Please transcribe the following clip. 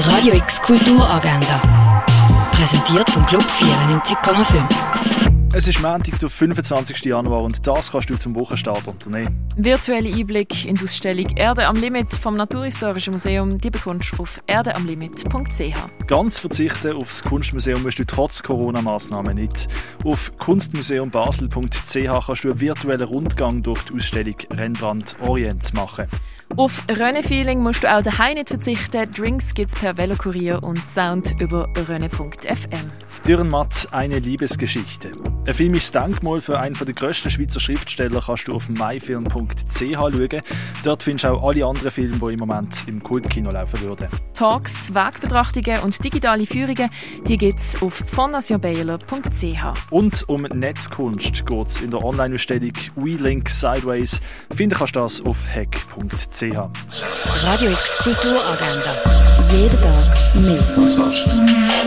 Radio X Kulturagenda. Präsentiert vom Club 94,5. Es ist Montag, der 25. Januar und das kannst du zum Wochenstart unternehmen. Virtuelle Einblick in die Ausstellung «Erde am Limit» vom Naturhistorischen Museum, die bekommst du auf erdeamlimit.ch. Ganz verzichten auf das Kunstmuseum musst du trotz Corona-Massnahmen nicht. Auf kunstmuseumbasel.ch kannst du einen virtuellen Rundgang durch die Ausstellung Rembrandt Orient machen. Auf Rönne-Feeling musst du auch daheim nicht verzichten. Drinks gibt's per Velokurier und Sound über rönne.fm. Dürrenmatt, eine Liebesgeschichte. Ein filmisches Denkmal für einen der grössten Schweizer Schriftsteller kannst du auf myfilm.ch schauen. Dort findest du auch alle anderen Filme, die im Moment im Kultkino laufen würden. Talks, Wegbetrachtungen und digitale Führungen, die gibt's auf fondationbaylor.ch. Und um Netzkunst geht es in der Online-Ausstellung We Link Sideways. Finden kannst du das auf hack.ch. Radio X Kulturagenda. Jeden Tag mehr.